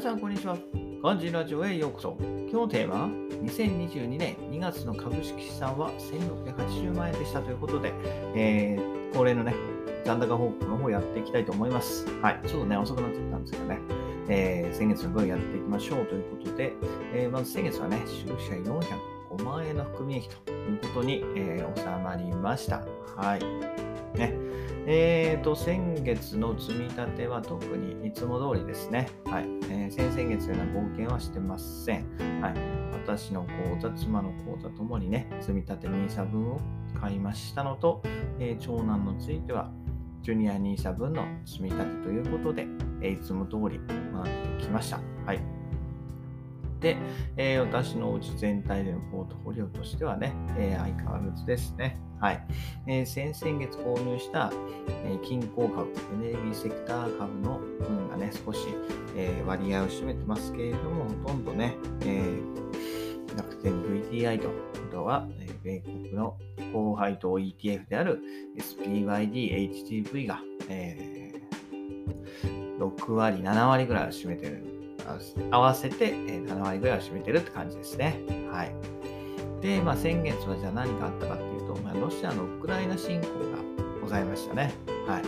さん、こんにちは。ガンジーラジオへようこそ。今日のテーマは、2022年2月の株式資産は1680万円でしたということで、恒例のね、残高報告の方やっていきたいと思います。はい。ちょっとね、遅くなっちゃったんですけどね、先月の分やっていきましょうということで、まず先月はね、収支は405万円の含み益ということに、収まりました。はい。ね。先月の積み立ては特にいつも通りですね。はい。先々月のような冒険はしてません。はい。私の口座、妻の口座ともにね、積み立て NISA 分を買いましたのと、長男のついては、ジュニア NISA 分の積み立てということで、いつも通り回ってきました。はい。で、私のうち全体でのポートフォリオとしてはね、相変わらずですね。はい。先々月購入した、金鉱株、エネルギーセクター株の分がね、少し、割合を占めてますけれども、ほとんどね、楽天 VTI と、あとは、米国の高配当 ETF である SPYD、HTV が、6割、7割ぐらいを占めている。合わせて7割ぐらいを占めてるって感じですね。はい。で、先月はじゃあ何があったかっていうと、ロシアのウクライナ侵攻がございましたね。はい。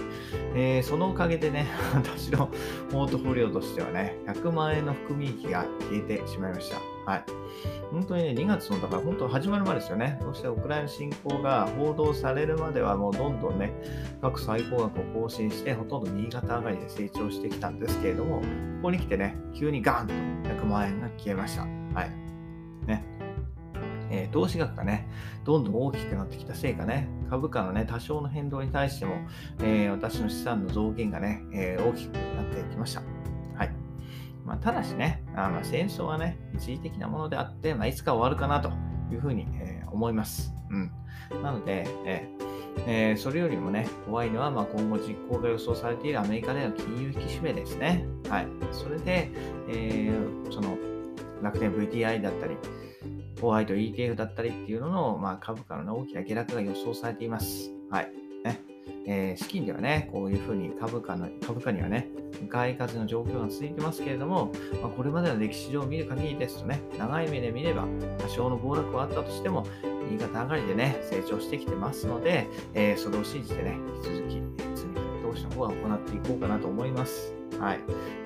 そのおかげでね、私のポートフォリオとしてはね、100万円の含み益が消えてしまいました。はい。本当にね、2月の、だから本当始まる前ですよね。ロシア・ウクライナ侵攻が報道されるまではもうどんどんね、過去最高額を更新して、ほとんど右肩上がりで成長してきたんですけれども、ここに来てね、急にガーンと100万円が消えました。はい。ね。投資額がね、どんどん大きくなってきたせいかね、株価のね、多少の変動に対しても、私の資産の増減がね、大きくなってきました。はい。ただしね、戦争はね、一時的なものであって、いつか終わるかなというふうに、思います。なので、それよりもね、怖いのは、今後実行が予想されているアメリカでの金融引き締めですね。はい。それで、その楽天 VTI だったり、ホワイト ETF だったりっていうのの、株価の大きな下落が予想されています。はい。資金ではね、こういうふうに株価にはね、向かい風の状況が続いてますけれども、これまでの歴史上を見る限りですとね、長い目で見れば多少の暴落はあったとしても、右肩上がりでね、成長してきてますので、それを信じてね、引き続き、積み立て投資の方は行っていこうかなと思います。はい。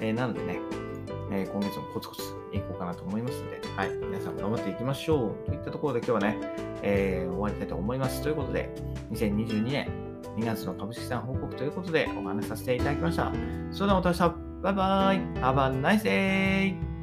なのでね、今月もコツコツいこうかなと思いますので、はい、皆さん頑張っていきましょう。といったところで今日はね、終わりたいと思います。ということで、2022年2月の株式資産報告ということでお話しさせていただきました。それではまた明日。バイバイ。Have a nice day!